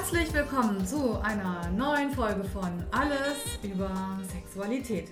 Herzlich willkommen zu einer neuen Folge von Alles über Sexualität.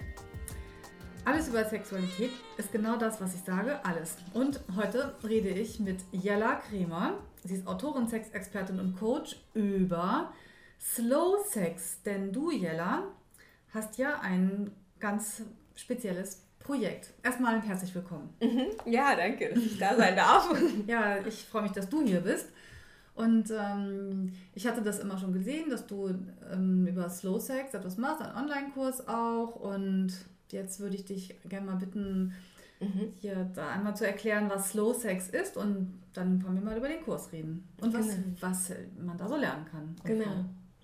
Alles über Sexualität ist genau das, was ich sage, alles. Und heute rede ich mit Jella Kremer. Sie ist Autorin, Sexexpertin und Coach über Slow Sex. Denn du, Jella, hast ja ein ganz spezielles Projekt. Erstmal herzlich willkommen. Ja, danke, dass ich da sein darf. Ja, ich freue mich, dass du hier bist. Und ich hatte das immer schon gesehen, dass du über Slow Sex etwas machst, einen Online-Kurs auch. Und jetzt würde ich dich gerne mal bitten, hier da einmal zu erklären, was Slow Sex ist. Und dann können wir mal über den Kurs reden. Und was man da so lernen kann. Genau.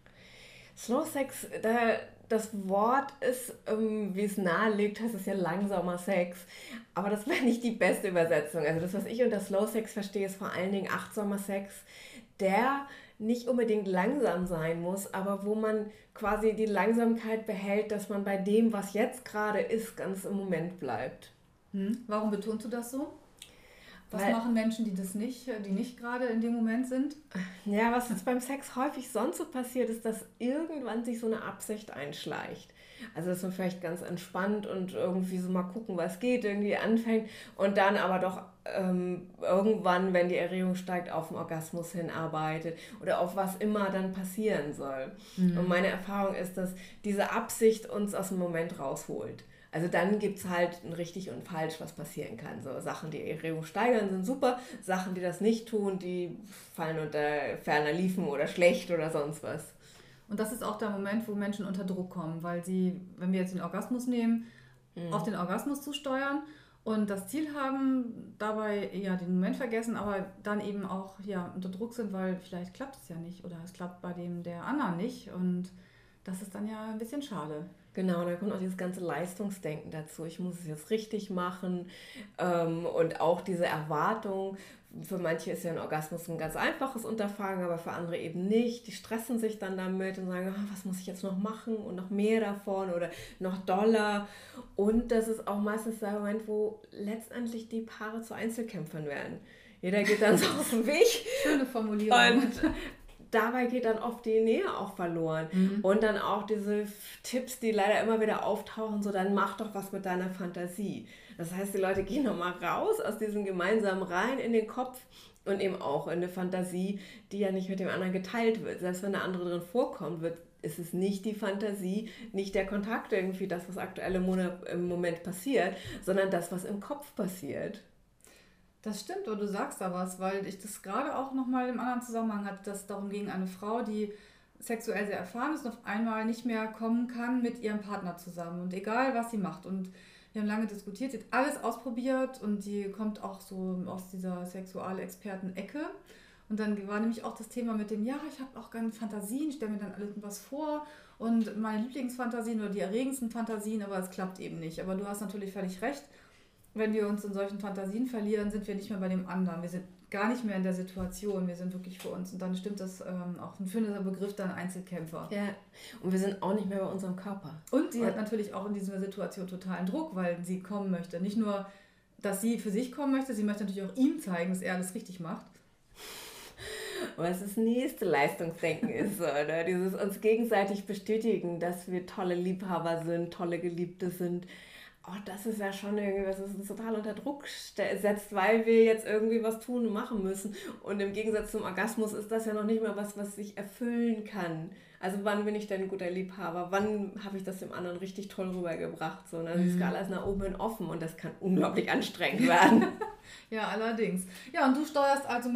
Slow Sex, das Wort ist, wie es nahe liegt, heißt es ja langsamer Sex. Aber das wäre nicht die beste Übersetzung. Also das, was ich unter Slow Sex verstehe, ist vor allen Dingen achtsamer Sex, der nicht unbedingt langsam sein muss, aber wo man quasi die Langsamkeit behält, dass man bei dem, was jetzt gerade ist, ganz im Moment bleibt. Warum betonst du das so? Was machen Menschen, die nicht gerade in dem Moment sind? Ja, was jetzt beim Sex häufig sonst so passiert, ist, dass irgendwann sich so eine Absicht einschleicht. Also, dass man vielleicht ganz entspannt und irgendwie so mal gucken, was geht, irgendwie anfängt und dann aber doch irgendwann, wenn die Erregung steigt, auf den Orgasmus hinarbeitet oder auf was immer dann passieren soll. Und meine Erfahrung ist, dass diese Absicht uns aus dem Moment rausholt. Also dann gibt es halt ein richtig und falsch, was passieren kann. So Sachen, die Erregung steigern, sind super. Sachen, die das nicht tun, die fallen unter ferner Liefen oder schlecht oder sonst was. Und das ist auch der Moment, wo Menschen unter Druck kommen, weil sie, wenn wir jetzt den Orgasmus nehmen, auf den Orgasmus zusteuern und das Ziel haben, dabei ja den Moment vergessen, aber dann eben auch unter Druck sind, weil vielleicht klappt es ja nicht oder es klappt bei dem der anderen nicht und das ist dann ja ein bisschen schade. Genau, und da kommt auch dieses ganze Leistungsdenken dazu. Ich muss es jetzt richtig machen und auch diese Erwartung. Für manche ist ja ein Orgasmus ein ganz einfaches Unterfangen, aber für andere eben nicht. Die stressen sich dann damit und sagen, was muss ich jetzt noch machen und noch mehr davon oder noch doller. Und das ist auch meistens der Moment, wo letztendlich die Paare zu Einzelkämpfern werden. Jeder geht dann so auf den Weg. Schöne Formulierung. Und dabei geht dann oft die Nähe auch verloren. Und dann auch diese Tipps, die leider immer wieder auftauchen, so dann mach doch was mit deiner Fantasie. Das heißt, die Leute gehen nochmal raus aus diesem gemeinsamen rein in den Kopf und eben auch in eine Fantasie, die ja nicht mit dem anderen geteilt wird. Selbst wenn der andere drin vorkommt, ist es nicht die Fantasie, nicht der Kontakt irgendwie, das, was aktuell im Moment passiert, sondern das, was im Kopf passiert. Das stimmt, oder du sagst da was, weil ich das gerade auch nochmal im anderen Zusammenhang hatte, dass es darum ging, eine Frau, die sexuell sehr erfahren ist und auf einmal nicht mehr kommen kann mit ihrem Partner zusammen und egal, was sie macht. Und wir haben lange diskutiert, sie hat alles ausprobiert und die kommt auch so aus dieser Sexualexperten-Ecke. Und dann war nämlich auch das Thema mit dem, ja, ich habe auch gerne Fantasien, stelle mir dann irgendwas vor und meine Lieblingsfantasien oder die erregendsten Fantasien, aber es klappt eben nicht. Aber du hast natürlich völlig recht. Wenn wir uns in solchen Fantasien verlieren, sind wir nicht mehr bei dem anderen. Wir sind gar nicht mehr in der Situation. Wir sind wirklich für uns. Und dann stimmt das auch ein schöner Begriff, dann Einzelkämpfer. Ja, und wir sind auch nicht mehr bei unserem Körper. Und sie hat natürlich auch in dieser Situation totalen Druck, weil sie kommen möchte. Nicht nur, dass sie für sich kommen möchte, sie möchte natürlich auch ihm zeigen, dass er alles richtig macht. Was das nächste Leistungsdenken ist, oder? Dieses uns gegenseitig bestätigen, dass wir tolle Liebhaber sind, tolle Geliebte sind. Oh, das ist ja schon irgendwie, was uns total unter Druck setzt, weil wir jetzt irgendwie was tun und machen müssen. Und im Gegensatz zum Orgasmus ist das ja noch nicht mal was sich erfüllen kann. Also wann bin ich denn ein guter Liebhaber? Wann habe ich das dem anderen richtig toll rübergebracht? So, ne? Die Skala ist nach oben hin offen und das kann unglaublich anstrengend werden. Ja, allerdings. Ja, und du steuerst also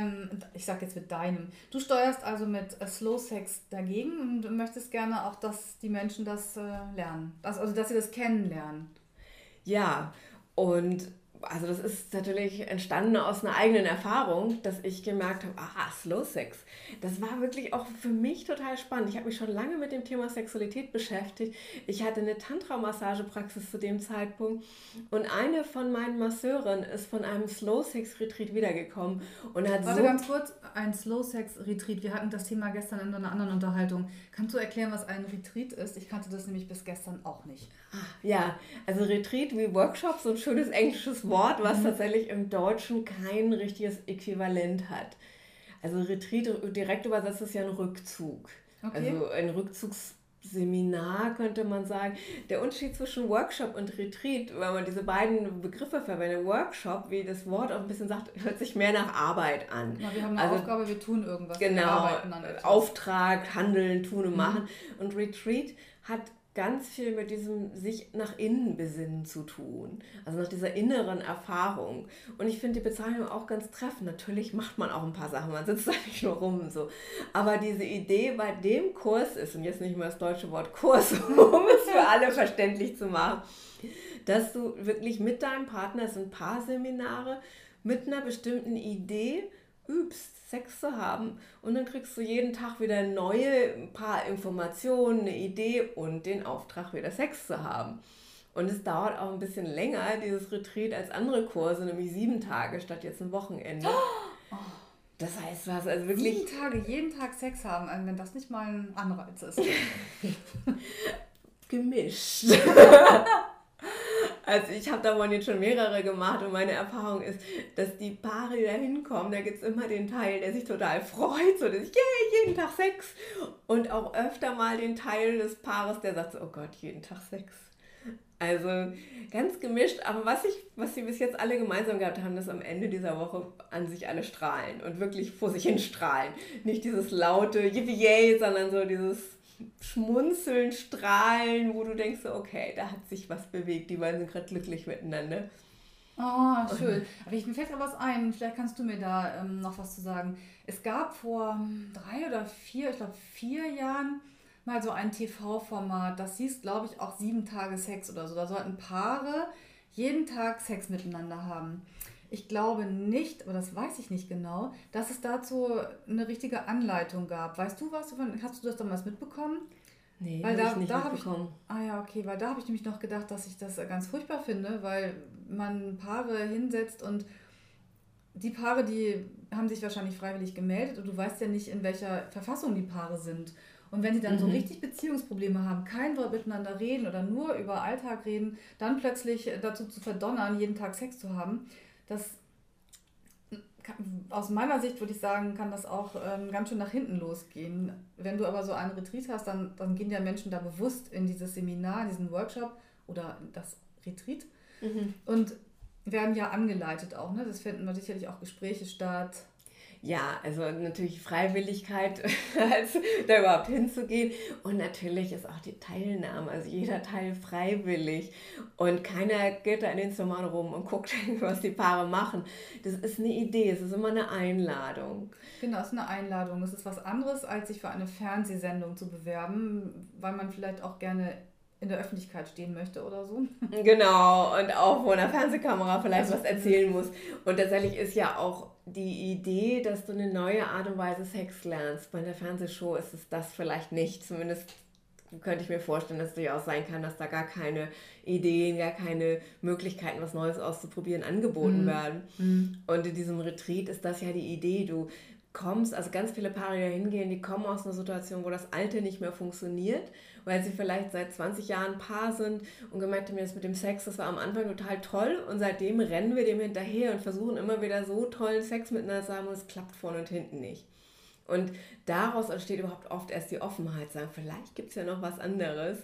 du steuerst also mit Slow Sex dagegen und möchtest gerne auch, dass die Menschen das lernen. Also, dass sie das kennenlernen. Ja, und also das ist natürlich entstanden aus einer eigenen Erfahrung, dass ich gemerkt habe, Slow Sex, das war wirklich auch für mich total spannend. Ich habe mich schon lange mit dem Thema Sexualität beschäftigt. Ich hatte eine Tantra-Massagepraxis zu dem Zeitpunkt und eine von meinen Masseuren ist von einem Slow Sex Retreat wiedergekommen und hat Warte ganz kurz, ein Slow Sex Retreat. Wir hatten das Thema gestern in einer anderen Unterhaltung. Kannst du erklären, was ein Retreat ist? Ich kannte das nämlich bis gestern auch nicht. Ja, also Retreat wie Workshop, so ein schönes englisches Wort, was tatsächlich im Deutschen kein richtiges Äquivalent hat. Also Retreat direkt übersetzt ist ja ein Rückzug. Okay. Also ein Rückzugsseminar könnte man sagen. Der Unterschied zwischen Workshop und Retreat, wenn man diese beiden Begriffe verwendet, Workshop, wie das Wort auch ein bisschen sagt, hört sich mehr nach Arbeit an. Ja, wir haben eine Aufgabe, wir tun irgendwas. Genau, wir arbeiten an etwas. Auftrag, handeln, tun und machen. Und Retreat hat ganz viel mit diesem sich nach innen besinnen zu tun. Also nach dieser inneren Erfahrung. Und ich finde die Bezeichnung auch ganz treffend. Natürlich macht man auch ein paar Sachen, man sitzt da nicht nur rum so. Aber diese Idee bei dem Kurs ist, und jetzt nicht mehr das deutsche Wort Kurs, um es für alle verständlich zu machen, dass du wirklich mit deinem Partner, es sind Paarseminare, mit einer bestimmten Idee übst, Sex zu haben, und dann kriegst du jeden Tag wieder neue paar Informationen, eine Idee und den Auftrag, wieder Sex zu haben. Und es dauert auch ein bisschen länger, dieses Retreat, als andere Kurse, nämlich 7 Tage statt jetzt ein Wochenende. Das heißt, du hast also wirklich 7 Tage, jeden Tag Sex haben, also wenn das nicht mal ein Anreiz ist. gemischt. Also ich habe davon jetzt schon mehrere gemacht und meine Erfahrung ist, dass die Paare, die da hinkommen, da gibt es immer den Teil, der sich total freut, so dass ich, jeden Tag Sex, und auch öfter mal den Teil des Paares, der sagt so, oh Gott, jeden Tag Sex. Also ganz gemischt, aber was sie bis jetzt alle gemeinsam gehabt haben, dass am Ende dieser Woche an sich alle strahlen und wirklich vor sich hin strahlen. Nicht dieses laute Yippie-Yay, sondern so dieses Schmunzeln, Strahlen, wo du denkst, so, okay, da hat sich was bewegt, die beiden sind gerade glücklich miteinander. Oh, schön. Aber mir fällt gerade was ein, vielleicht kannst du mir da noch was zu sagen. Es gab vor 3 oder 4, ich glaube 4 Jahren, mal so ein TV-Format, das hieß, glaube ich, auch 7 Tage Sex oder so. Da sollten Paare jeden Tag Sex miteinander haben. Ich glaube nicht, aber das weiß ich nicht genau, dass es dazu eine richtige Anleitung gab. Weißt du was davon? Hast du das damals mitbekommen? Nee, Weil habe ich nicht mitbekommen. Ja, okay, weil da habe ich nämlich noch gedacht, dass ich das ganz furchtbar finde, weil man Paare hinsetzt und die Paare, die haben sich wahrscheinlich freiwillig gemeldet und du weißt ja nicht, in welcher Verfassung die Paare sind. Und wenn die dann so richtig Beziehungsprobleme haben, kein Wort miteinander reden oder nur über Alltag reden, dann plötzlich dazu zu verdonnern, jeden Tag Sex zu haben, das aus meiner Sicht würde ich sagen, kann das auch ganz schön nach hinten losgehen. Wenn du aber so einen Retreat hast, dann gehen ja Menschen da bewusst in dieses Seminar, in diesen Workshop oder das Retreat und werden ja angeleitet auch. Ne? Das finden sicherlich auch Gespräche statt. Ja, also natürlich Freiwilligkeit, also da überhaupt hinzugehen. Und natürlich ist auch die Teilnahme, also jeder Teil freiwillig. Und keiner geht da in den Zimmern rum und guckt, was die Paare machen. Das ist eine Idee, es ist immer eine Einladung. Genau, es ist eine Einladung. Es ist was anderes, als sich für eine Fernsehsendung zu bewerben, weil man vielleicht auch gerne in der Öffentlichkeit stehen möchte oder so. Genau, und auch vor einer Fernsehkamera vielleicht was erzählen muss. Und tatsächlich ist ja auch die Idee, dass du eine neue Art und Weise Sex lernst. Bei einer Fernsehshow ist es das vielleicht nicht. Zumindest könnte ich mir vorstellen, dass es durchaus sein kann, dass da gar keine Ideen, gar keine Möglichkeiten, was Neues auszuprobieren, angeboten werden. Und in diesem Retreat ist das ja die Idee. Du kommst, also ganz viele Paare, die da hingehen, die kommen aus einer Situation, wo das Alte nicht mehr funktioniert, weil sie vielleicht seit 20 Jahren Paar sind und gemerkt haben, das mit dem Sex, das war am Anfang total toll und seitdem rennen wir dem hinterher und versuchen immer wieder so tollen Sex miteinander zu haben und es klappt vorne und hinten nicht. Und daraus entsteht überhaupt oft erst die Offenheit, sagen, vielleicht gibt es ja noch was anderes.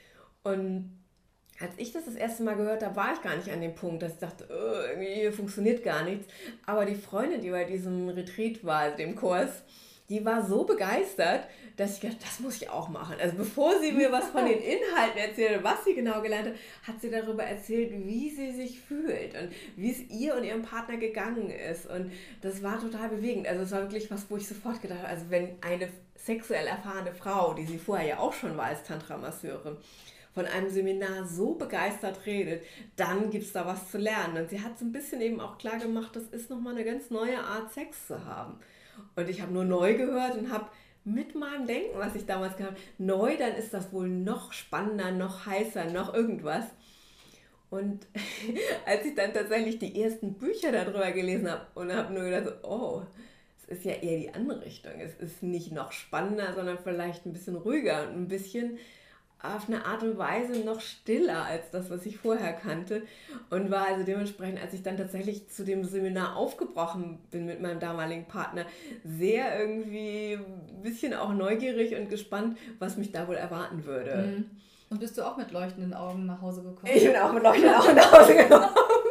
Und als ich das erste Mal gehört habe, war ich gar nicht an dem Punkt, dass ich dachte, irgendwie hier funktioniert gar nichts. Aber die Freundin, die bei diesem Retreat war, also dem Kurs, die war so begeistert, dass ich gedacht, das muss ich auch machen. Also bevor sie mir was von den Inhalten erzählte, was sie genau gelernt hat, hat sie darüber erzählt, wie sie sich fühlt und wie es ihr und ihrem Partner gegangen ist. Und das war total bewegend. Also es war wirklich was, wo ich sofort gedacht habe, also wenn eine sexuell erfahrene Frau, die sie vorher ja auch schon war als Tantra-Masseurin, von einem Seminar so begeistert redet, dann gibt es da was zu lernen. Und sie hat so ein bisschen eben auch klar gemacht, das ist nochmal eine ganz neue Art, Sex zu haben. Und ich habe nur neu gehört und habe mit meinem Denken, was ich damals gehabt habe, neu, dann ist das wohl noch spannender, noch heißer, noch irgendwas. Und als ich dann tatsächlich die ersten Bücher darüber gelesen habe und habe nur gedacht, oh, es ist ja eher die andere Richtung. Es ist nicht noch spannender, sondern vielleicht ein bisschen ruhiger und ein bisschen auf eine Art und Weise noch stiller als das, was ich vorher kannte und war also dementsprechend, als ich dann tatsächlich zu dem Seminar aufgebrochen bin mit meinem damaligen Partner, sehr irgendwie ein bisschen auch neugierig und gespannt, was mich da wohl erwarten würde. Mhm. Und bist du auch mit leuchtenden Augen nach Hause gekommen? Ich bin auch mit leuchtenden Augen nach Hause gekommen.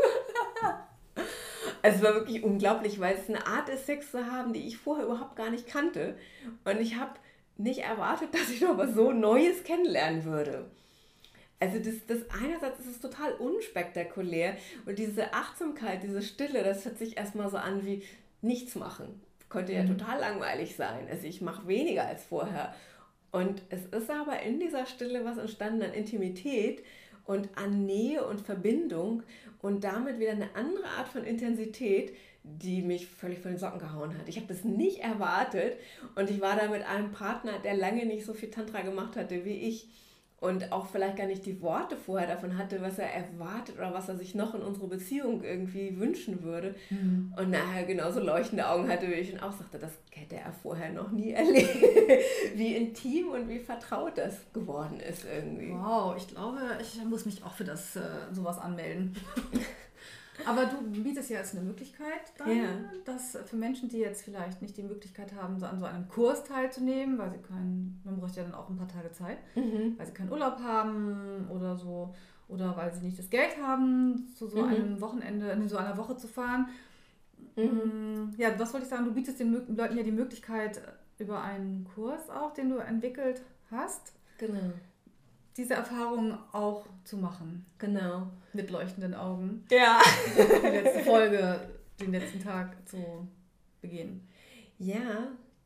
Es war wirklich unglaublich, weil es eine Art ist, Sex zu haben, die ich vorher überhaupt gar nicht kannte. Und ich habe nicht erwartet, dass ich noch was so Neues kennenlernen würde. Also das einerseits ist es total unspektakulär und diese Achtsamkeit, diese Stille, das hört sich erstmal so an wie nichts machen. Könnte ja total langweilig sein. Also ich mache weniger als vorher. Und es ist aber in dieser Stille was entstanden an Intimität und an Nähe und Verbindung und damit wieder eine andere Art von Intensität, die mich völlig von den Socken gehauen hat. Ich habe das nicht erwartet und ich war da mit einem Partner, der lange nicht so viel Tantra gemacht hatte wie ich und auch vielleicht gar nicht die Worte vorher davon hatte, was er erwartet oder was er sich noch in unsere Beziehung irgendwie wünschen würde. Mhm. Und nachher genauso leuchtende Augen hatte wie ich und auch sagte, das hätte er vorher noch nie erlebt, wie intim und wie vertraut das geworden ist irgendwie. Wow, ich glaube, ich muss mich auch für das sowas anmelden. Aber du bietest ja jetzt eine Möglichkeit dann, dass für Menschen, die jetzt vielleicht nicht die Möglichkeit haben, an so einem Kurs teilzunehmen, weil man bräuchte ja dann auch ein paar Tage Zeit, weil sie keinen Urlaub haben oder so, oder weil sie nicht das Geld haben, zu so einem Wochenende, in so einer Woche zu fahren. Ja, was wollte ich sagen? Du bietest den Leuten ja die Möglichkeit über einen Kurs auch, den du entwickelt hast. Genau. Diese Erfahrung auch zu machen. Genau. Mit leuchtenden Augen. Ja. Die letzte Folge, den letzten Tag zu begehen. Ja.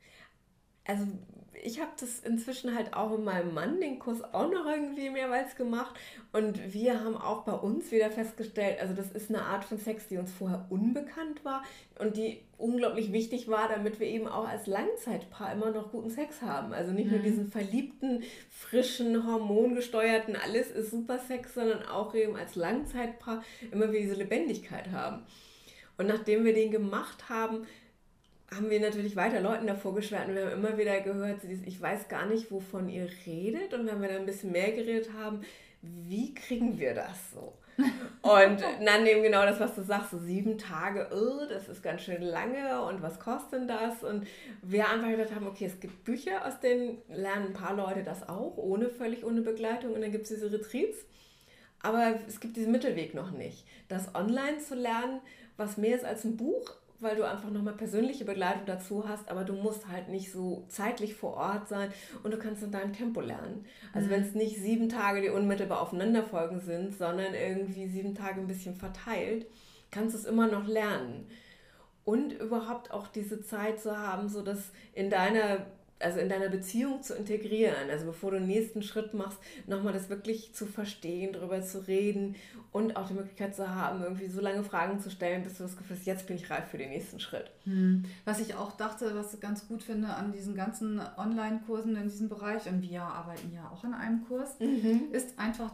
Also ich habe das inzwischen halt auch mit meinem Mann, den Kurs auch noch irgendwie mehrmals gemacht und wir haben auch bei uns wieder festgestellt, also das ist eine Art von Sex, die uns vorher unbekannt war und die unglaublich wichtig war, damit wir eben auch als Langzeitpaar immer noch guten Sex haben. Also nicht nur diesen verliebten, frischen, hormongesteuerten, alles ist super Sex, sondern auch eben als Langzeitpaar immer wieder diese Lebendigkeit haben. Und nachdem wir den gemacht haben wir natürlich weiter Leuten davor geschwärmt und wir haben immer wieder gehört, ich weiß gar nicht, wovon ihr redet und wenn wir dann ein bisschen mehr geredet haben, wie kriegen wir das so? Und dann eben genau das, was du sagst, so 7 Tage, das ist ganz schön lange und was kostet denn das? Und wir einfach gedacht haben, okay, es gibt Bücher, aus denen lernen ein paar Leute das auch, völlig ohne Begleitung und dann gibt es diese Retreats, aber es gibt diesen Mittelweg noch nicht. Das online zu lernen, was mehr ist als ein Buch, weil du einfach nochmal persönliche Begleitung dazu hast, aber du musst halt nicht so zeitlich vor Ort sein und du kannst in deinem Tempo lernen. Also wenn es nicht 7 Tage, die unmittelbar aufeinanderfolgen sind, sondern irgendwie 7 Tage ein bisschen verteilt, kannst du es immer noch lernen. Und überhaupt auch diese Zeit zu haben, so das in deiner Beziehung zu integrieren, also bevor du den nächsten Schritt machst, nochmal das wirklich zu verstehen, darüber zu reden und auch die Möglichkeit zu haben, irgendwie so lange Fragen zu stellen, bis du das Gefühl hast, jetzt bin ich reif für den nächsten Schritt. Was ich auch dachte, was ich ganz gut finde an diesen ganzen Online-Kursen in diesem Bereich, und wir arbeiten ja auch an einem Kurs, ist einfach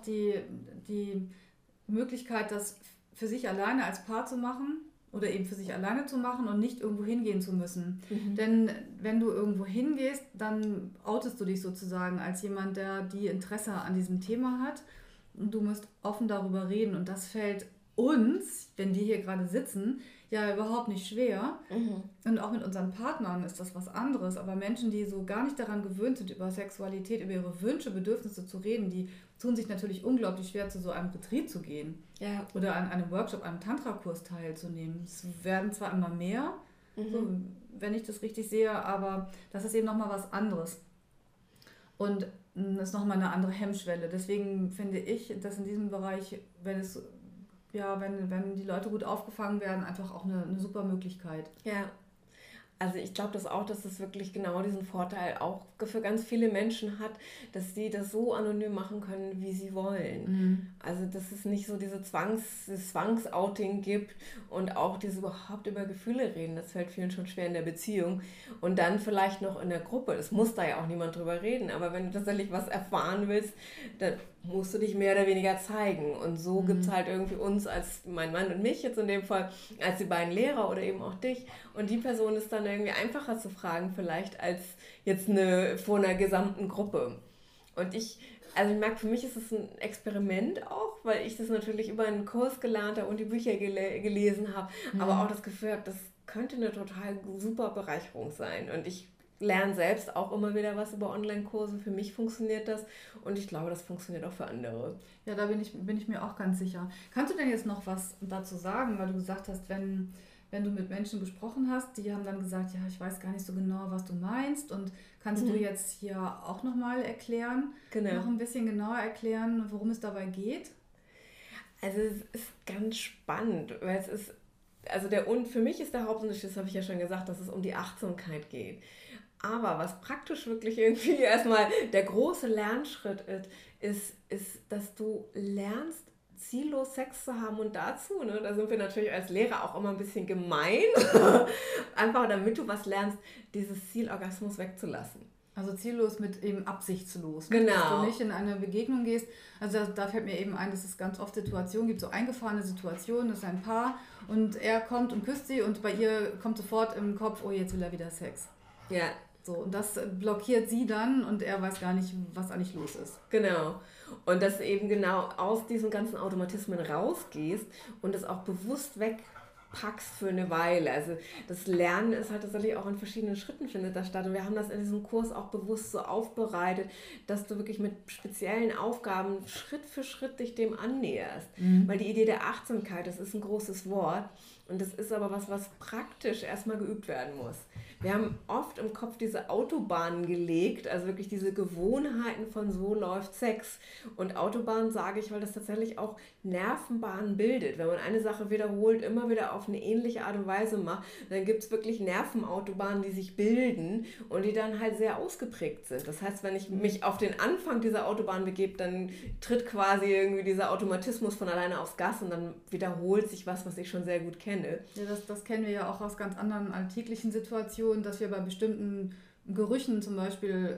die Möglichkeit, das für sich alleine als Paar zu machen, oder eben für sich alleine zu machen und nicht irgendwo hingehen zu müssen. Denn wenn du irgendwo hingehst, dann outest du dich sozusagen als jemand, der die Interesse an diesem Thema hat. Und du musst offen darüber reden. Und das fällt uns, wenn wir hier gerade sitzen, ja überhaupt nicht schwer. Und auch mit unseren Partnern ist das was anderes. Aber Menschen, die so gar nicht daran gewöhnt sind, über Sexualität, über ihre Wünsche, Bedürfnisse zu reden, die tun sich natürlich unglaublich schwer, zu so einem Retreat zu gehen. Ja. Oder an einem Workshop, einem Tantra-Kurs teilzunehmen. Es werden zwar immer mehr, so, wenn ich das richtig sehe, aber das ist eben nochmal was anderes. Und das ist nochmal eine andere Hemmschwelle. Deswegen finde ich, dass in diesem Bereich, wenn die Leute gut aufgefangen werden, einfach auch eine super Möglichkeit. Ja. Also ich glaube das auch, dass das wirklich genau diesen Vorteil auch für ganz viele Menschen hat, dass sie das so anonym machen können, wie sie wollen. Also dass es nicht so dieses Zwangsouting gibt und auch dieses überhaupt über Gefühle reden. Das fällt vielen schon schwer in der Beziehung. Und dann vielleicht noch in der Gruppe. Es muss da ja auch niemand drüber reden. Aber wenn du tatsächlich was erfahren willst, dann musst du dich mehr oder weniger zeigen. Und so gibt es halt irgendwie uns, als mein Mann und mich jetzt in dem Fall, als die beiden Lehrer oder eben auch dich. Und die Person ist dann irgendwie einfacher zu fragen vielleicht als jetzt vor einer gesamten Gruppe. Und ich Also ich merke, für mich ist es ein Experiment auch, weil ich das natürlich über einen Kurs gelernt habe und die Bücher gelesen habe, aber auch das Gefühl habe, das könnte eine total super Bereicherung sein. Und ich lerne selbst auch immer wieder was über Online-Kurse. Für mich funktioniert das und ich glaube, das funktioniert auch für andere. Ja, da bin ich mir auch ganz sicher. Kannst du denn jetzt noch was dazu sagen, weil du gesagt hast, wenn du mit Menschen gesprochen hast, die haben dann gesagt, ja, ich weiß gar nicht so genau, was du meinst und kannst du jetzt hier auch nochmal erklären, Genau. noch ein bisschen genauer erklären, worum es dabei geht? Also es ist ganz spannend, weil es ist, für mich ist der Hauptunterschied, das habe ich ja schon gesagt, dass es um die Achtsamkeit geht. Aber was praktisch wirklich irgendwie erstmal der große Lernschritt ist, dass du lernst, ziellos Sex zu haben und dazu, ne, da sind wir natürlich als Lehrer auch immer ein bisschen gemein, einfach damit du was lernst, dieses Zielorgasmus wegzulassen. Also ziellos mit eben absichtslos, ne? Dass du Genau. nicht in eine Begegnung gehst. Also da fällt mir eben ein, dass es ganz oft Situationen gibt, so eingefahrene Situationen, das ist ein Paar und er kommt und küsst sie und bei ihr kommt sofort im Kopf, oh, jetzt will er wieder Sex. Ja, So, und das blockiert sie dann und er weiß gar nicht, was eigentlich los ist. genau. Und dass du eben genau aus diesen ganzen Automatismen rausgehst und es auch bewusst wegpackst für eine Weile. Also das Lernen ist halt tatsächlich auch in verschiedenen Schritten findet das statt. Und wir haben das in diesem Kurs auch bewusst so aufbereitet, dass du wirklich mit speziellen Aufgaben Schritt für Schritt dich dem annäherst. Weil die Idee der Achtsamkeit, das ist ein großes Wort. Und das ist aber was praktisch erstmal geübt werden muss. Wir haben oft im Kopf diese Autobahnen gelegt, also wirklich diese Gewohnheiten von so läuft Sex. Und Autobahn sage ich, weil das tatsächlich auch Nervenbahnen bildet. Wenn man eine Sache wiederholt, immer wieder auf eine ähnliche Art und Weise macht, dann gibt es wirklich Nervenautobahnen, die sich bilden und die dann halt sehr ausgeprägt sind. Das heißt, wenn ich mich auf den Anfang dieser Autobahn begebe, dann tritt quasi irgendwie dieser Automatismus von alleine aufs Gas und dann wiederholt sich was ich schon sehr gut kenne. Ja, das kennen wir ja auch aus ganz anderen alltäglichen Situationen, dass wir bei bestimmten Gerüchen zum Beispiel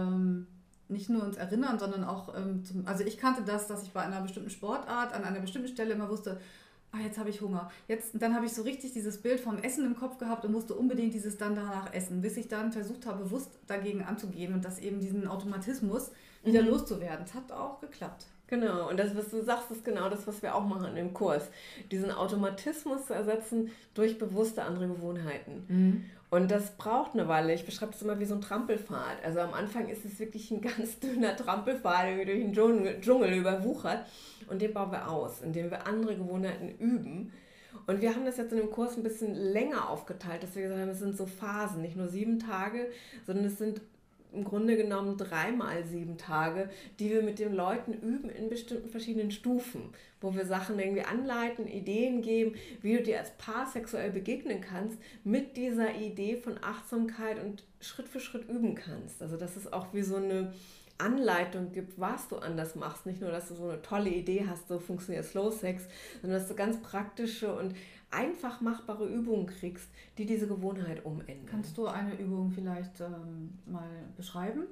nicht nur uns erinnern, sondern auch, also ich kannte das, dass ich bei einer bestimmten Sportart an einer bestimmten Stelle immer wusste, jetzt habe ich Hunger. Dann habe ich so richtig dieses Bild vom Essen im Kopf gehabt und musste unbedingt dieses dann danach essen, bis ich dann versucht habe, bewusst dagegen anzugehen und das eben diesen Automatismus wieder loszuwerden. Es hat auch geklappt. Genau, und das, was du sagst, ist genau das, was wir auch machen im Kurs. Diesen Automatismus zu ersetzen durch bewusste andere Gewohnheiten. Und das braucht eine Weile. Ich beschreibe das immer wie so ein Trampelpfad. Also am Anfang ist es wirklich ein ganz dünner Trampelpfad, der durch den Dschungel überwuchert. Und den bauen wir aus, indem wir andere Gewohnheiten üben. Und wir haben das jetzt in dem Kurs ein bisschen länger aufgeteilt, dass wir gesagt haben, es sind so Phasen, nicht nur 7 Tage, sondern es sind im Grunde genommen 3 mal 7 Tage, die wir mit den Leuten üben in bestimmten verschiedenen Stufen, wo wir Sachen irgendwie anleiten, Ideen geben, wie du dir als Paar sexuell begegnen kannst, mit dieser Idee von Achtsamkeit und Schritt für Schritt üben kannst. Also dass es auch wie so eine Anleitung gibt, was du anders machst. Nicht nur, dass du so eine tolle Idee hast, so funktioniert Slow Sex, sondern dass du ganz praktische und einfach machbare Übungen kriegst, die diese Gewohnheit umändern. Kannst du eine Übung vielleicht mal beschreiben?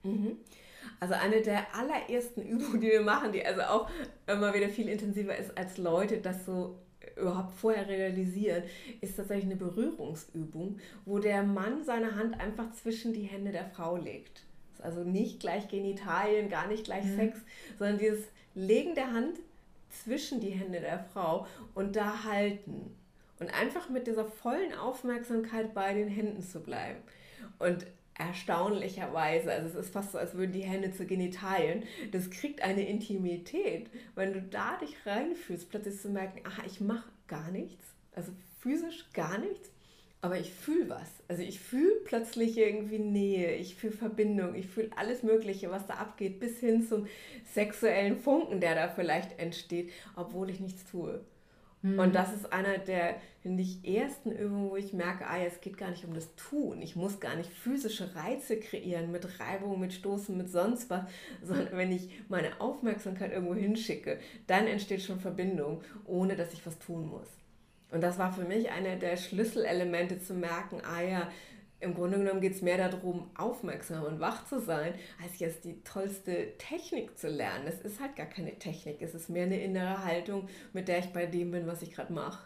Also eine der allerersten Übungen, die wir machen, die also auch immer wieder viel intensiver ist, als Leute das so überhaupt vorher realisieren, ist tatsächlich eine Berührungsübung, wo der Mann seine Hand einfach zwischen die Hände der Frau legt. Also nicht gleich Genitalien, gar nicht gleich Sex, sondern dieses Legen der Hand zwischen die Hände der Frau und da halten. Und einfach mit dieser vollen Aufmerksamkeit bei den Händen zu bleiben. Und erstaunlicherweise, also es ist fast so, als würden die Hände zu Genitalien, das kriegt eine Intimität, wenn du da dich reinfühlst, plötzlich zu merken, ich mache gar nichts, also physisch gar nichts, aber ich fühle was. Also ich fühle plötzlich irgendwie Nähe, ich fühle Verbindung, ich fühle alles Mögliche, was da abgeht, bis hin zum sexuellen Funken, der da vielleicht entsteht, obwohl ich nichts tue. Und das ist einer der, finde ich, ersten Übungen, wo ich merke, es geht gar nicht um das Tun. Ich muss gar nicht physische Reize kreieren mit Reibung, mit Stoßen, mit sonst was, sondern wenn ich meine Aufmerksamkeit irgendwo hinschicke, dann entsteht schon Verbindung, ohne dass ich was tun muss. Und das war für mich einer der Schlüsselelemente zu merken, im Grunde genommen geht es mehr darum, aufmerksam und wach zu sein, als jetzt die tollste Technik zu lernen. Es ist halt gar keine Technik, es ist mehr eine innere Haltung, mit der ich bei dem bin, was ich gerade mache.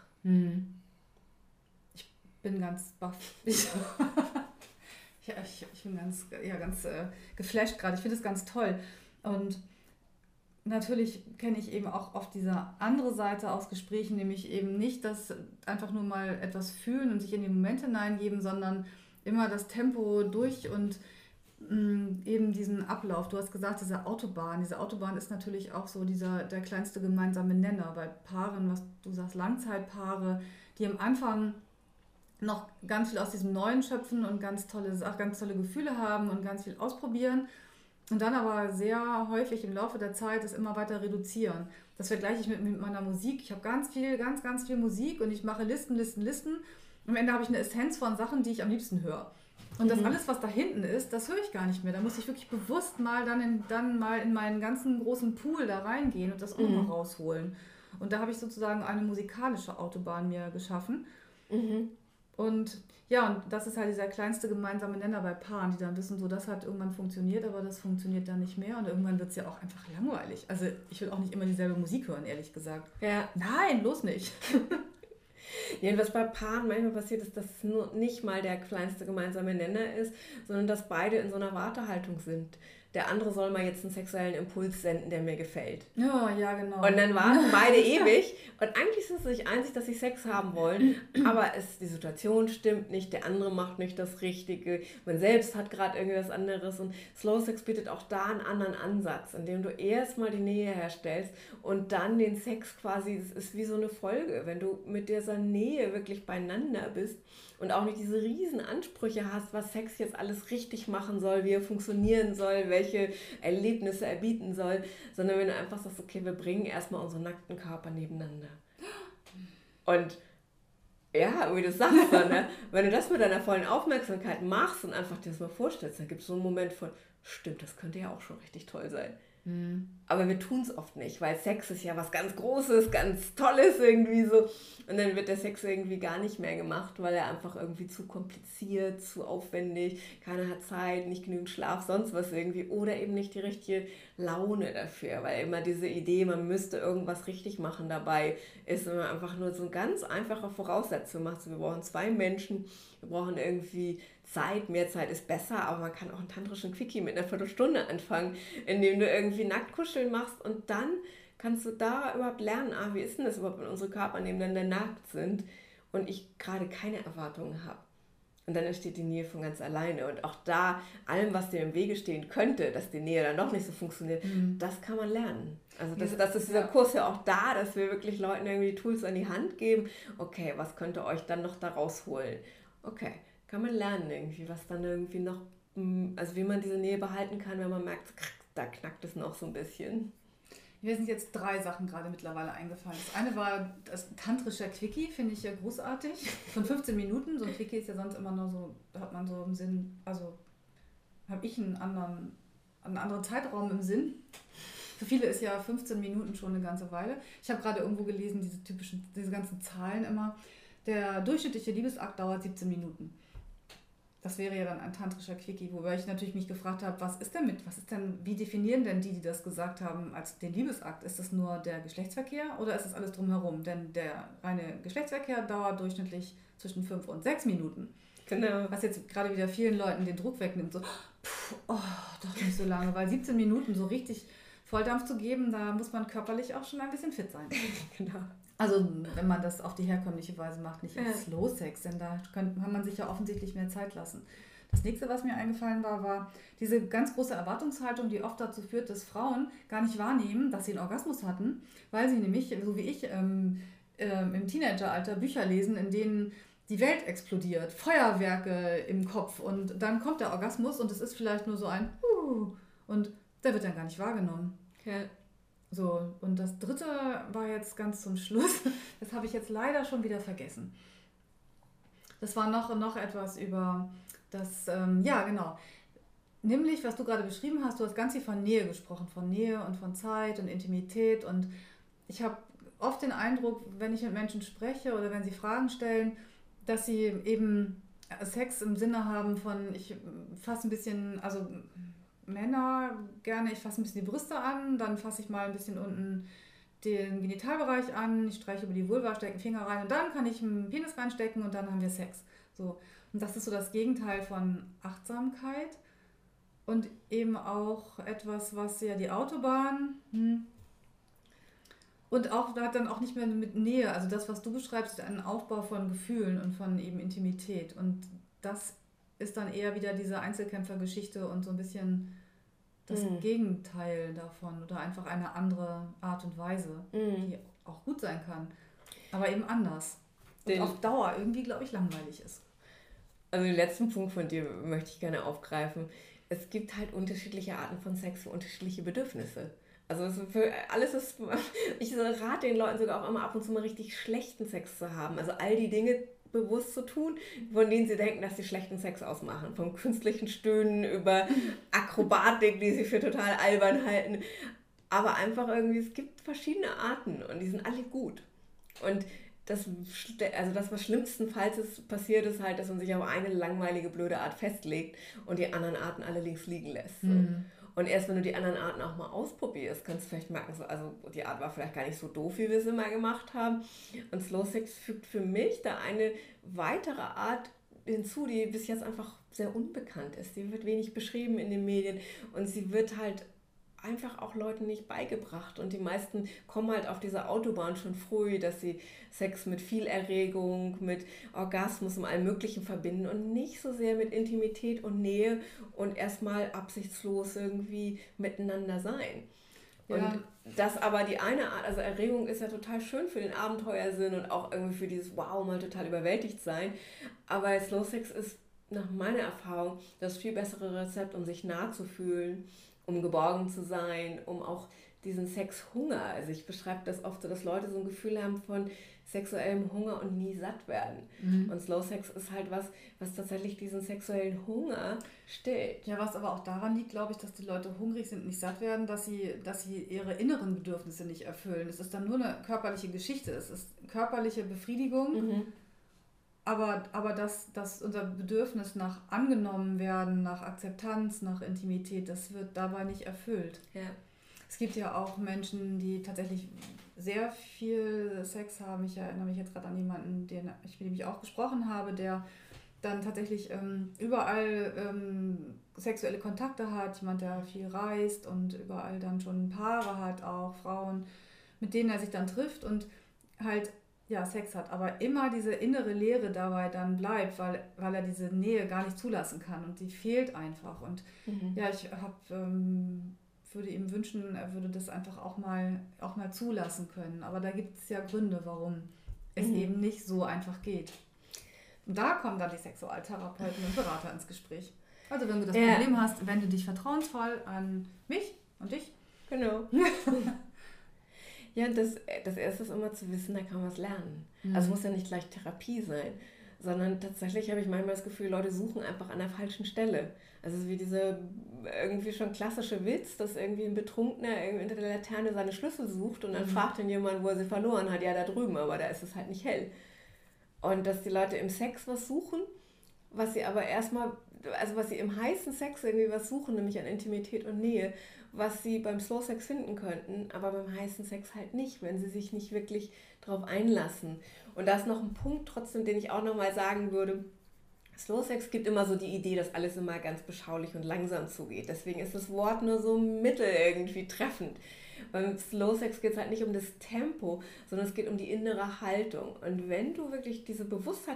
Ich bin ganz baff. Ich bin ganz geflasht gerade. Ich finde es ganz toll. Und natürlich kenne ich eben auch oft diese andere Seite aus Gesprächen, nämlich eben nicht das einfach nur mal etwas fühlen und sich in die Momente hineingeben, sondern immer das Tempo durch und eben diesen Ablauf. Du hast gesagt, diese Autobahn ist natürlich auch so der kleinste gemeinsame Nenner bei Paaren, was du sagst, Langzeitpaare, die am Anfang noch ganz viel aus diesem Neuen schöpfen und ganz tolle Gefühle haben und ganz viel ausprobieren und dann aber sehr häufig im Laufe der Zeit es immer weiter reduzieren. Das vergleiche ich mit meiner Musik. Ich habe ganz viel Musik und ich mache Listen. Am Ende habe ich eine Essenz von Sachen, die ich am liebsten höre. Und das alles, was da hinten ist, das höre ich gar nicht mehr. Da muss ich wirklich bewusst mal dann mal in meinen ganzen großen Pool da reingehen und das auch mal rausholen. Und da habe ich sozusagen eine musikalische Autobahn mir geschaffen. Und ja, und das ist halt dieser kleinste gemeinsame Nenner bei Paaren, die dann wissen, so das hat irgendwann funktioniert, aber das funktioniert dann nicht mehr und irgendwann wird es ja auch einfach langweilig. Also ich will auch nicht immer dieselbe Musik hören, ehrlich gesagt. Ja. Nein, bloß nicht. Ja, was bei Paaren manchmal passiert ist, dass es nur nicht mal der kleinste gemeinsame Nenner ist, sondern dass beide in so einer Wartehaltung sind. Der andere soll mal jetzt einen sexuellen Impuls senden, der mir gefällt. Ja, genau. Und dann warten beide ewig und eigentlich sind sie sich einig, dass sie Sex haben wollen, aber die Situation stimmt nicht, der andere macht nicht das Richtige, man selbst hat gerade irgendwas anderes und Slow Sex bietet auch da einen anderen Ansatz, indem du erstmal die Nähe herstellst und dann den Sex quasi, das ist wie so eine Folge, wenn du mit dieser Nähe wirklich beieinander bist und auch nicht diese riesen Ansprüche hast, was Sex jetzt alles richtig machen soll, wie er funktionieren soll, welche Erlebnisse er bieten soll, sondern wenn du einfach sagst, okay, wir bringen erstmal unsere nackten Körper nebeneinander. Und ja, wie du sagst, ne? Wenn du das mit deiner vollen Aufmerksamkeit machst und einfach dir das mal vorstellst, dann gibt es so einen Moment von, stimmt, das könnte ja auch schon richtig toll sein. Aber wir tun es oft nicht, weil Sex ist ja was ganz Großes, ganz Tolles irgendwie so. Und dann wird der Sex irgendwie gar nicht mehr gemacht, weil er einfach irgendwie zu kompliziert, zu aufwendig, keiner hat Zeit, nicht genügend Schlaf, sonst was irgendwie. Oder eben nicht die richtige Laune dafür, weil immer diese Idee, man müsste irgendwas richtig machen dabei, ist, wenn man einfach nur so eine ganz einfache Voraussetzung macht. Wir brauchen 2 Menschen, wir brauchen irgendwie Zeit, mehr Zeit ist besser, aber man kann auch einen tantrischen Quickie mit einer Viertelstunde anfangen, indem du irgendwie Nacktkuscheln machst und dann kannst du da überhaupt lernen, wie ist denn das überhaupt, wenn unsere Körper nebeneinander nackt sind und ich gerade keine Erwartungen habe. Und dann entsteht die Nähe von ganz alleine und auch da, allem, was dir im Wege stehen könnte, dass die Nähe dann doch nicht so funktioniert, das kann man lernen. Also das ist dieser Kurs ja auch da, dass wir wirklich Leuten irgendwie Tools an die Hand geben, okay, was könnte euch dann noch da rausholen? Okay, kann man lernen irgendwie, was dann irgendwie noch, also wie man diese Nähe behalten kann, wenn man merkt, da knackt es noch so ein bisschen. Mir sind jetzt 3 Sachen gerade mittlerweile eingefallen. Das eine war das tantrische Quickie, finde ich ja großartig. Von 15 Minuten, so ein Quickie ist ja sonst immer nur so, da hat man so im Sinn, also habe ich einen anderen Zeitraum im Sinn. Für viele ist ja 15 Minuten schon eine ganze Weile. Ich habe gerade irgendwo gelesen, diese ganzen Zahlen immer. Der durchschnittliche Liebesakt dauert 17 Minuten. Das wäre ja dann ein tantrischer Quickie, wobei ich natürlich mich gefragt habe, wie definieren denn die das gesagt haben als den Liebesakt? Ist das nur der Geschlechtsverkehr oder ist das alles drumherum? Denn der reine Geschlechtsverkehr dauert durchschnittlich zwischen 5 und 6 Minuten. Genau. Was jetzt gerade wieder vielen Leuten den Druck wegnimmt, so, doch nicht so lange, weil 17 Minuten so richtig Volldampf zu geben, da muss man körperlich auch schon ein bisschen fit sein. Genau. Also wenn man das auf die herkömmliche Weise macht, nicht als Slow Sex, denn da kann man sich ja offensichtlich mehr Zeit lassen. Das nächste, was mir eingefallen war diese ganz große Erwartungshaltung, die oft dazu führt, dass Frauen gar nicht wahrnehmen, dass sie einen Orgasmus hatten, weil sie nämlich, so wie ich, im Teenageralter Bücher lesen, in denen die Welt explodiert, Feuerwerke im Kopf und dann kommt der Orgasmus und es ist vielleicht nur so ein und der wird dann gar nicht wahrgenommen. Ja. So, und das dritte war jetzt ganz zum Schluss, das habe ich jetzt leider schon wieder vergessen. Das war noch etwas über das, genau, nämlich, was du gerade beschrieben hast, du hast ganz viel von Nähe gesprochen, von Nähe und von Zeit und Intimität und ich habe oft den Eindruck, wenn ich mit Menschen spreche oder wenn sie Fragen stellen, dass sie eben Sex im Sinne haben von, ich fasse ein bisschen, also Männer gerne, ich fasse ein bisschen die Brüste an, dann fasse ich mal ein bisschen unten den Genitalbereich an, ich streiche über die Vulva, stecke den Finger rein und dann kann ich einen Penis reinstecken und dann haben wir Sex. So. Und das ist so das Gegenteil von Achtsamkeit. und eben auch etwas, was ja die Autobahn und auch da hat dann auch nicht mehr mit Nähe, also das, was du beschreibst, ist ein Aufbau von Gefühlen und von eben Intimität und das ist dann eher wieder diese Einzelkämpfergeschichte und so ein bisschen das Gegenteil davon oder einfach eine andere Art und Weise, die auch gut sein kann, aber eben anders und auf Dauer irgendwie, glaube ich, langweilig ist. Also den letzten Punkt von dir möchte ich gerne aufgreifen. Es gibt halt unterschiedliche Arten von Sex für unterschiedliche Bedürfnisse. Also für alles ist, ich rate den Leuten sogar auch immer ab und zu mal richtig schlechten Sex zu haben. Also all die Dinge bewusst zu tun, von denen sie denken, dass sie schlechten Sex ausmachen. Vom künstlichen Stöhnen über Akrobatik, die sie für total albern halten. Aber einfach irgendwie, es gibt verschiedene Arten und die sind alle gut. Und was schlimmstenfalls passiert, ist halt, dass man sich auf eine langweilige, blöde Art festlegt und die anderen Arten alle links liegen lässt. So. Und erst wenn du die anderen Arten auch mal ausprobierst, kannst du vielleicht merken, so, also die Art war vielleicht gar nicht so doof, wie wir es immer gemacht haben. Und Slow Sex fügt für mich da eine weitere Art hinzu, die bis jetzt einfach sehr unbekannt ist. Die wird wenig beschrieben in den Medien und sie wird halt einfach auch Leuten nicht beigebracht und die meisten kommen halt auf diese Autobahn schon früh, dass sie Sex mit viel Erregung, mit Orgasmus und allem Möglichen verbinden und nicht so sehr mit Intimität und Nähe und erstmal absichtslos irgendwie miteinander sein. Ja. Und das aber die eine Art, also Erregung ist ja total schön für den Abenteuersinn und auch irgendwie für dieses Wow, mal total überwältigt sein, aber Slow Sex ist nach meiner Erfahrung das viel bessere Rezept, um sich nah zu fühlen, um geborgen zu sein, um auch diesen Sexhunger. Also ich beschreibe das oft so, dass Leute so ein Gefühl haben von sexuellem Hunger und nie satt werden. Und Slow Sex ist halt was tatsächlich diesen sexuellen Hunger stillt. Ja, was aber auch daran liegt, glaube ich, dass die Leute hungrig sind, nicht satt werden, dass sie ihre inneren Bedürfnisse nicht erfüllen. Es ist dann nur eine körperliche Geschichte. Es ist körperliche Befriedigung. Aber dass unser Bedürfnis nach angenommen werden, nach Akzeptanz, nach Intimität, das wird dabei nicht erfüllt. Ja. Es gibt ja auch Menschen, die tatsächlich sehr viel Sex haben. Ich erinnere mich jetzt gerade an jemanden, mit dem ich auch gesprochen habe, der dann tatsächlich überall sexuelle Kontakte hat. Jemand, der viel reist und überall dann schon Paare hat, auch Frauen, mit denen er sich dann trifft und halt Sex hat, aber immer diese innere Leere dabei dann bleibt, weil er diese Nähe gar nicht zulassen kann und die fehlt einfach. Und ich würde ihm wünschen, er würde das einfach auch mal zulassen können. Aber da gibt es ja Gründe, warum es eben nicht so einfach geht. Und da kommen dann die Sexualtherapeuten und Berater ins Gespräch. Also wenn du das Problem hast, wende dich vertrauensvoll an mich und dich. Genau. Ja, und das Erste ist immer zu wissen, da kann man was lernen. Also es muss ja nicht gleich Therapie sein, sondern tatsächlich habe ich manchmal das Gefühl, Leute suchen einfach an der falschen Stelle. Also es ist wie dieser irgendwie schon klassische Witz, dass irgendwie ein Betrunkener irgendwie hinter der Laterne seine Schlüssel sucht und dann fragt ihn jemand, wo er sie verloren hat. Ja, da drüben, aber da ist es halt nicht hell. Und dass die Leute im Sex was suchen, was sie aber erstmal, also was sie im heißen Sex irgendwie was suchen, nämlich an Intimität und Nähe, was sie beim Slow Sex finden könnten, aber beim heißen Sex halt nicht, wenn sie sich nicht wirklich drauf einlassen. Und da ist noch ein Punkt trotzdem, den ich auch nochmal sagen würde. Slow Sex gibt immer so die Idee, dass alles immer ganz beschaulich und langsam zugeht. Deswegen ist das Wort nur so mittel irgendwie treffend. Beim Slow Sex geht es halt nicht um das Tempo, sondern es geht um die innere Haltung. Und wenn du wirklich diese Bewusstheit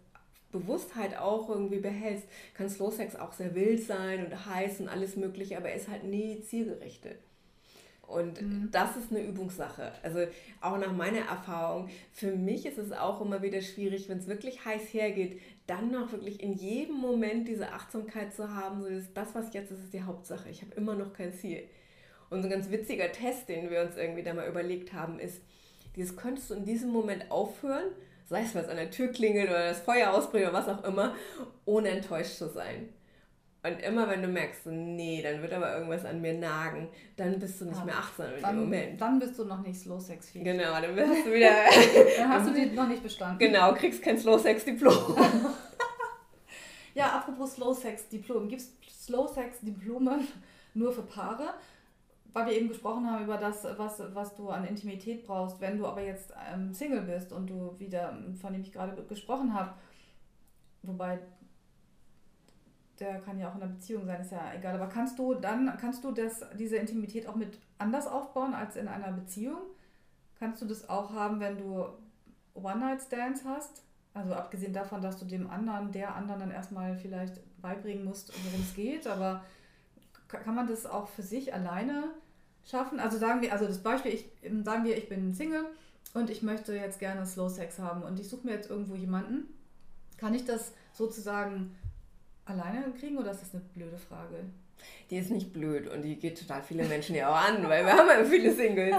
auch irgendwie behältst, kann Slow Sex auch sehr wild sein und heiß und alles mögliche, aber er ist halt nie zielgerichtet. Und das ist eine Übungssache. Also auch nach meiner Erfahrung, für mich ist es auch immer wieder schwierig, wenn es wirklich heiß hergeht, dann noch wirklich in jedem Moment diese Achtsamkeit zu haben, so das, was jetzt ist, ist die Hauptsache. Ich habe immer noch kein Ziel. Und so ein ganz witziger Test, den wir uns irgendwie da mal überlegt haben, ist, könntest du in diesem Moment aufhören, sei es, weil es an der Tür klingelt oder das Feuer ausbricht oder was auch immer, ohne enttäuscht zu sein. Und immer wenn du merkst, nee, dann wird aber irgendwas an mir nagen, dann bist du nicht mehr achtsam in dem Moment. Dann bist du noch nicht Slow-Sex-fähig. Genau, dann bist du wieder... dann hast du die noch nicht bestanden. Genau, kriegst kein Slow-Sex-Diplom. Ja, apropos Slow-Sex-Diplom. Gibt es Slow-Sex-Diplome nur für Paare? Weil wir eben gesprochen haben über das, was du an Intimität brauchst. Wenn du aber jetzt Single bist und du wieder, von dem ich gerade gesprochen habe, wobei der kann ja auch in einer Beziehung sein, ist ja egal. Aber kannst du diese Intimität auch mit anders aufbauen als in einer Beziehung? Kannst du das auch haben, wenn du One-Night-Stands hast? Also abgesehen davon, dass du der anderen dann erstmal vielleicht beibringen musst, worum es geht, aber kann man das auch für sich alleine schaffen? Also das Beispiel, sagen wir, ich bin Single und ich möchte jetzt gerne Slow Sex haben und ich suche mir jetzt irgendwo jemanden. Kann ich das sozusagen alleine kriegen oder ist das eine blöde Frage? Die ist nicht blöd und die geht total viele Menschen ja auch an, weil wir haben ja viele Singles.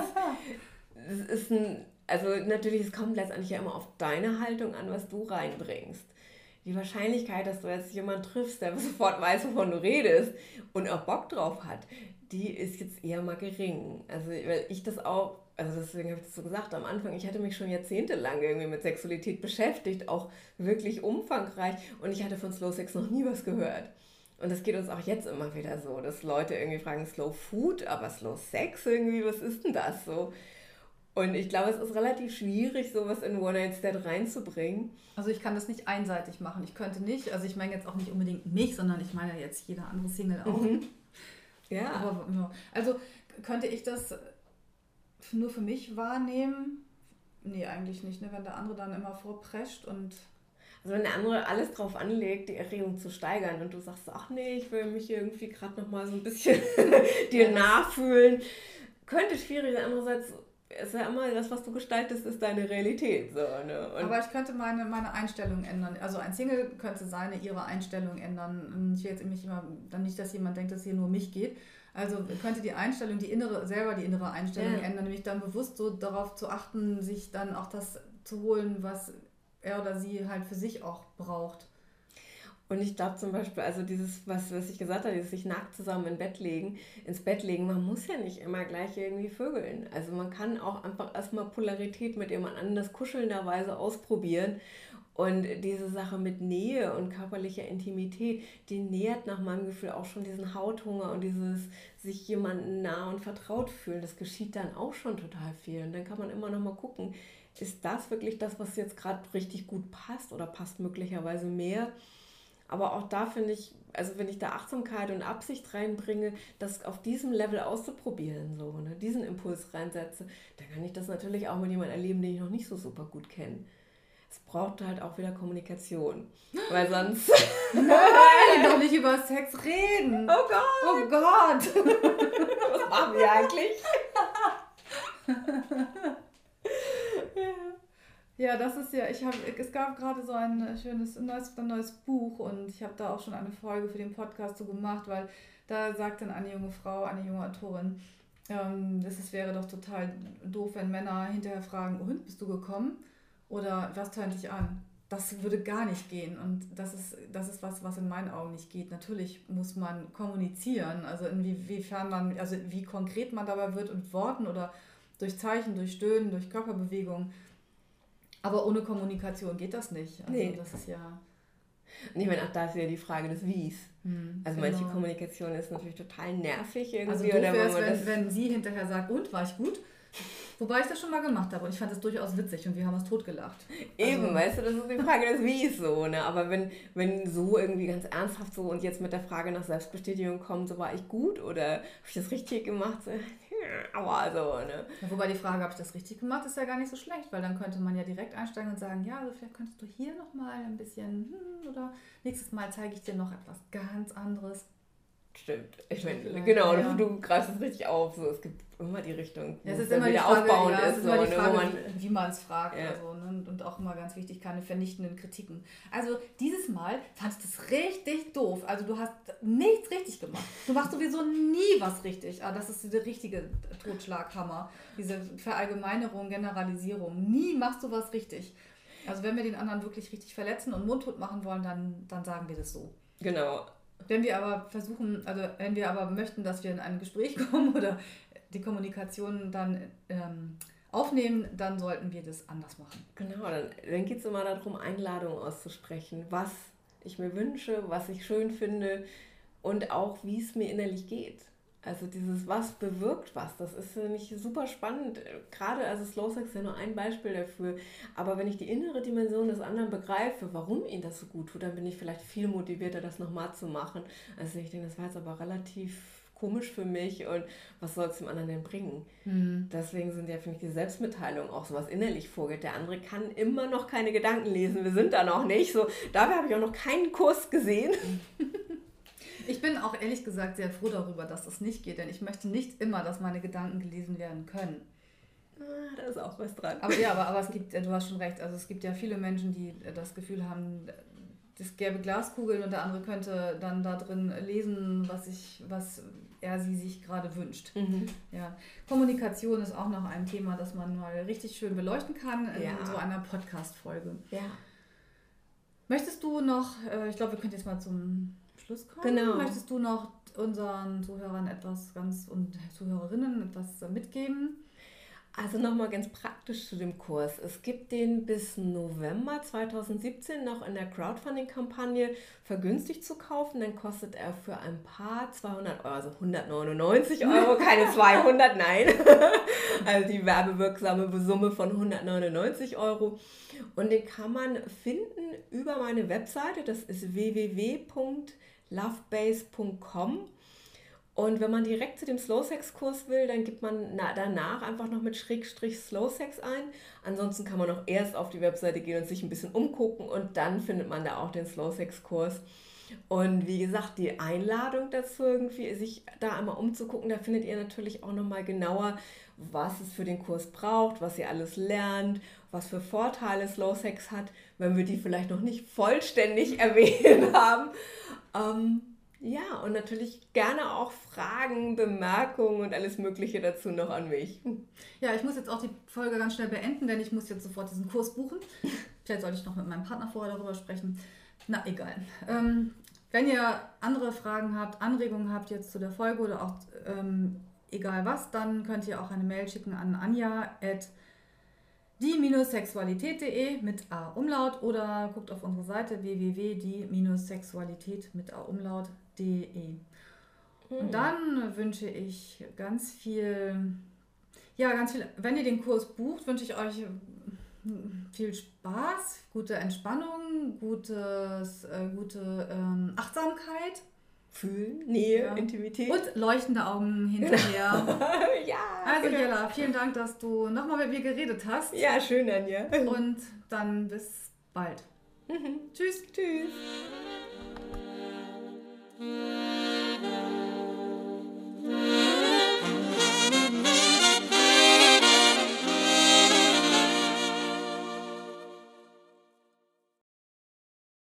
Also natürlich, es kommt letztendlich ja immer auf deine Haltung an, was du reinbringst. Die Wahrscheinlichkeit, dass du jetzt jemanden triffst, der sofort weiß, wovon du redest und auch Bock drauf hat, die ist jetzt eher mal gering. Also weil ich das auch, also deswegen habe ich das so gesagt am Anfang, ich hatte mich schon jahrzehntelang irgendwie mit Sexualität beschäftigt, auch wirklich umfangreich und ich hatte von Slow Sex noch nie was gehört. Und das geht uns auch jetzt immer wieder so, dass Leute irgendwie fragen, Slow Food, aber Slow Sex irgendwie, was ist denn das so? Und ich glaube, es ist relativ schwierig, sowas in One-Night-Stand reinzubringen. Also ich kann das nicht einseitig machen. Ich könnte nicht, also ich meine jetzt auch nicht unbedingt mich, sondern ich meine jetzt jeder andere Single auch. Ja. Aber, ja. Also könnte ich das nur für mich wahrnehmen? Nee, eigentlich nicht, ne? Wenn der andere dann immer vorprescht und... Also wenn der andere alles drauf anlegt, die Erregung zu steigern und du sagst, ach nee, ich will mich irgendwie gerade nochmal so ein bisschen dir nachfühlen, könnte schwierig sein. Andererseits ist ja immer das, was du gestaltest, ist deine Realität. So, ne? Aber ich könnte meine Einstellung ändern. Also ein Single könnte ihre Einstellung ändern. Ich will jetzt mich immer, dann nicht, dass jemand denkt, dass es hier nur um mich geht. Also könnte die Einstellung, die innere Einstellung ändern, nämlich dann bewusst so darauf zu achten, sich dann auch das zu holen, was er oder sie halt für sich auch braucht. Und ich glaube zum Beispiel, also dieses, was ich gesagt habe, dieses sich nackt zusammen ins Bett legen, man muss ja nicht immer gleich irgendwie vögeln. Also man kann auch einfach erstmal Polarität mit jemand anders kuschelnderweise ausprobieren. Und diese Sache mit Nähe und körperlicher Intimität, die nährt nach meinem Gefühl auch schon diesen Hauthunger und dieses sich jemandem nah und vertraut fühlen. Das geschieht dann auch schon total viel. Und dann kann man immer noch mal gucken, ist das wirklich das, was jetzt gerade richtig gut passt oder passt möglicherweise mehr? Aber auch da finde ich, also wenn ich da Achtsamkeit und Absicht reinbringe, das auf diesem Level auszuprobieren, so, ne, diesen Impuls reinsetze, dann kann ich das natürlich auch mit jemandem erleben, den ich noch nicht so super gut kenne. Es braucht halt auch wieder Kommunikation, weil sonst... Nein, doch nicht über Sex reden. Oh Gott! Oh Gott! Was machen wir eigentlich? Ja, das ist ja, es gab gerade so ein neues Buch und ich habe da auch schon eine Folge für den Podcast so gemacht, weil da sagt dann eine junge Frau, eine junge Autorin, wäre doch total doof, wenn Männer hinterher fragen, und, bist du gekommen? Oder was tönt dich an? Das würde gar nicht gehen und das ist was in meinen Augen nicht geht. Natürlich muss man kommunizieren, also inwiefern man, also wie konkret man dabei wird und Worten oder durch Zeichen, durch Stöhnen, durch Körperbewegung. Aber ohne Kommunikation geht das nicht. Also nee. Das ist ja... Und ich meine, auch da ist wieder die Frage des Wies. Also genau. Manche Kommunikation ist natürlich total nervig irgendwie. Also doof wäre es, wenn sie hinterher sagt, und, war ich gut? Wobei ich das schon mal gemacht habe und ich fand das durchaus witzig und wir haben uns totgelacht. Eben, weißt du, das ist die Frage des Wies so, ne? Aber wenn so irgendwie ganz ernsthaft so und jetzt mit der Frage nach Selbstbestätigung kommt, so war ich gut oder habe ich das richtig gemacht? So, aua, so, ne? Ja, wobei die Frage, habe ich das richtig gemacht, ist ja gar nicht so schlecht, weil dann könnte man ja direkt einsteigen und sagen, ja, also vielleicht könntest du hier nochmal ein bisschen, oder nächstes Mal zeige ich dir noch etwas ganz anderes. Stimmt. Ich meine, genau, ja. Du greifst es richtig auf. So, es gibt immer die Richtung, wo es ist immer wieder Frage, aufbauend ist. Es ist immer die Frage, wie man es fragt. Ja. Also, ne? Und auch immer ganz wichtig, keine vernichtenden Kritiken. Also dieses Mal fand ich das richtig doof. Also du hast nichts richtig gemacht. Du machst sowieso nie was richtig. Ah, das ist der richtige Totschlaghammer. Diese Verallgemeinerung, Generalisierung. Nie machst du was richtig. Also wenn wir den anderen wirklich richtig verletzen und mundtot machen wollen, dann sagen wir das so. Genau. Wenn wir aber möchten, dass wir in ein Gespräch kommen oder die Kommunikation dann aufnehmen, dann sollten wir das anders machen. Genau, dann geht es immer darum, Einladungen auszusprechen, was ich mir wünsche, was ich schön finde und auch, wie es mir innerlich geht. Also dieses was bewirkt was, das ist für mich super spannend. Gerade, also Slow Sex ist ja nur ein Beispiel dafür. Aber wenn ich die innere Dimension des anderen begreife, warum ihm das so gut tut, dann bin ich vielleicht viel motivierter, das nochmal zu machen. Also ich denke, das war jetzt aber relativ komisch für mich und was soll es dem anderen denn bringen? Deswegen sind ja für mich die Selbstmitteilungen auch so, was innerlich vorgeht. Der andere kann immer noch keine Gedanken lesen, wir sind da noch nicht. So, dafür habe ich auch noch keinen Kurs gesehen. Ich bin auch ehrlich gesagt sehr froh darüber, dass das nicht geht, denn ich möchte nicht immer, dass meine Gedanken gelesen werden können. Da ist auch was dran. Aber ja, aber es gibt, du hast schon recht, also es gibt ja viele Menschen, die das Gefühl haben, das gäbe Glaskugeln und der andere könnte dann da drin lesen, was er sie sich gerade wünscht. Ja. Kommunikation ist auch noch ein Thema, das man mal richtig schön beleuchten kann in so einer Podcast-Folge. Ja. Möchtest du noch, ich glaube, wir können jetzt mal zum Schluss kommen. Genau. Möchtest du noch unseren Zuhörern und Zuhörerinnen etwas mitgeben? Also nochmal ganz praktisch zu dem Kurs. Es gibt den bis November 2017 noch in der Crowdfunding-Kampagne vergünstigt zu kaufen. Dann kostet er für ein Paar 200 Euro, also 199 Euro, keine 200, nein. Also die werbewirksame Summe von 199 Euro. Und den kann man finden über meine Webseite, das ist www.lovebase.com. Und wenn man direkt zu dem Slow-Sex-Kurs will, dann gibt man danach einfach noch mit /Slow-Sex ein. Ansonsten kann man auch erst auf die Webseite gehen und sich ein bisschen umgucken und dann findet man da auch den Slow-Sex-Kurs. Und wie gesagt, die Einladung dazu irgendwie, sich da einmal umzugucken, da findet ihr natürlich auch nochmal genauer, was es für den Kurs braucht, was ihr alles lernt, was für Vorteile Slow-Sex hat, wenn wir die vielleicht noch nicht vollständig erwähnt haben. Ja, und natürlich gerne auch Fragen, Bemerkungen und alles Mögliche dazu noch an mich. Ja, ich muss jetzt auch die Folge ganz schnell beenden, denn ich muss jetzt sofort diesen Kurs buchen. Vielleicht sollte ich noch mit meinem Partner vorher darüber sprechen. Na, egal. Wenn ihr andere Fragen habt, Anregungen habt jetzt zu der Folge oder auch egal was, dann könnt ihr auch eine Mail schicken an anja@die-sexualität.de mit A-Umlaut oder guckt auf unsere Seite www.die-sexualität mit A-Umlaut.de. Und dann wünsche ich ganz viel, wenn ihr den Kurs bucht, wünsche ich euch viel Spaß, gute Entspannung, gute Achtsamkeit. Fühlen, Nähe, Intimität. Und leuchtende Augen hinterher. Ja. Also Jella, vielen Dank, dass du nochmal mit mir geredet hast. Ja, schön, Anja. Und dann bis bald. Tschüss. Tschüss.